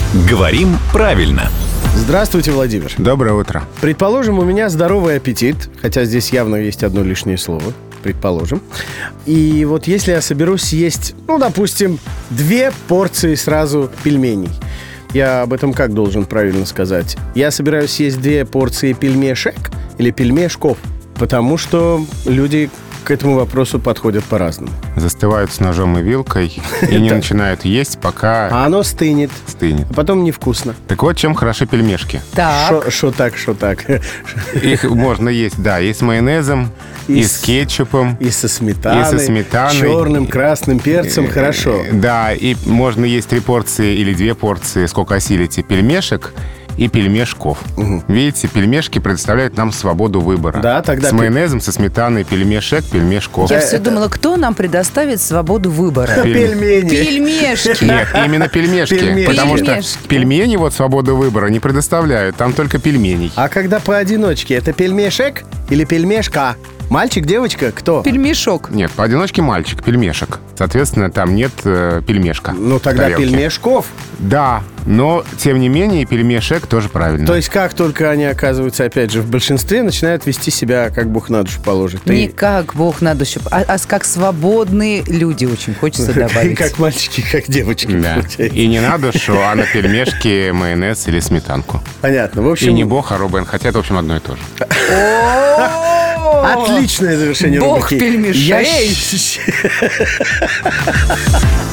Говорим правильно. Здравствуйте, Владимир. Доброе утро. Предположим, у меня здоровый аппетит, хотя здесь явно есть одно лишнее слово. Предположим. И вот если я соберусь съесть, допустим, 2 порции сразу пельменей, я об этом как должен правильно сказать? Я собираюсь съесть 2 порции пельмешек или пельмешков? Потому что люди к этому вопросу подходят по-разному. Застывают с ножом и вилкой и не начинают есть, пока А оно стынет. А потом невкусно. Так вот, чем хороши пельмешки. Так. Шо так? Их можно есть, и с майонезом, и с кетчупом, И со сметаной. Черным, красным перцем, хорошо. Да, и можно есть 3 порции или 2 порции, сколько осилите, пельмешек и пельмешков. Видите, пельмешки предоставляют нам свободу выбора. Да, тогда с майонезом, со сметаной, пельмешек, пельмешков. Я все думала, кто нам предоставит свободу выбора? Пельмени. Пельмешки. Нет, именно пельмешки. Пельмешки. Потому что Пельмешки. пельмени свободу выбора не предоставляют. Там только пельменей. А когда поодиночке, это пельмешек или пельмешка? Мальчик, девочка, кто? Пельмешок. Нет, поодиночке мальчик, пельмешек. Соответственно, там нет пельмешка. Ну, тогда в тарелке. пельмешков. Да, но, тем не менее, пельмешек тоже правильно. То есть, как только они оказываются, опять же, в большинстве, начинают вести себя, как Бог на душу положит. Не как Бог на душу, а как свободные люди, очень хочется добавить. Как мальчики, как девочки. Да. получается. И не на душу, а на пельмешки, майонез или сметанку. Понятно. В И общем, не Бог, а Рубен. Хотя это, в общем, одно и то же. отличное завершение Бог рубрики. пельмешей. Я